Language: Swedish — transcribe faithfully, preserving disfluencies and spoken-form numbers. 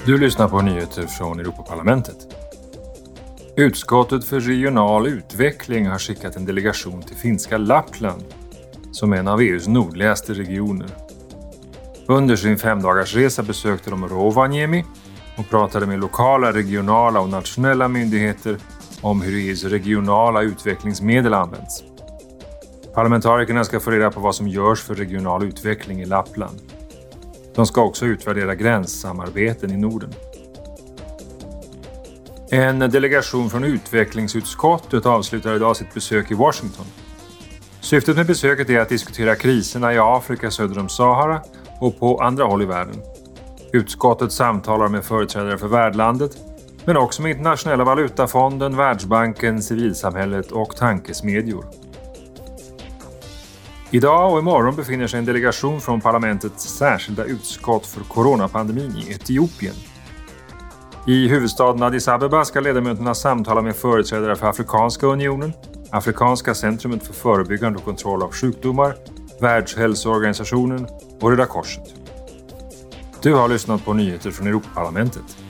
Du lyssnar på nyheter från Europaparlamentet. Utskottet för regional utveckling har skickat en delegation till finska Lappland, som är en av E U:s nordligaste regioner. Under sin femdagarsresa besökte de Rovaniemi och pratade med lokala, regionala och nationella myndigheter om hur E U:s regionala utvecklingsmedel används. Parlamentarikerna ska få reda på vad som görs för regional utveckling i Lappland. De ska också utvärdera gränssamarbeten i Norden. En delegation från utvecklingsutskottet avslutar idag sitt besök i Washington. Syftet med besöket är att diskutera kriserna i Afrika söder om Sahara och på andra håll i världen. Utskottet samtalar med företrädare för värdlandet, men också med Internationella valutafonden, Världsbanken, civilsamhället och tankesmedjor. Idag och imorgon befinner sig en delegation från parlamentets särskilda utskott för coronapandemin i Etiopien. I huvudstaden Addis Abeba ska ledamöterna samtala med företrädare för Afrikanska unionen, Afrikanska centrumet för förebyggande och kontroll av sjukdomar, Världshälsoorganisationen och Röda Korset. Du har lyssnat på nyheter från Europaparlamentet.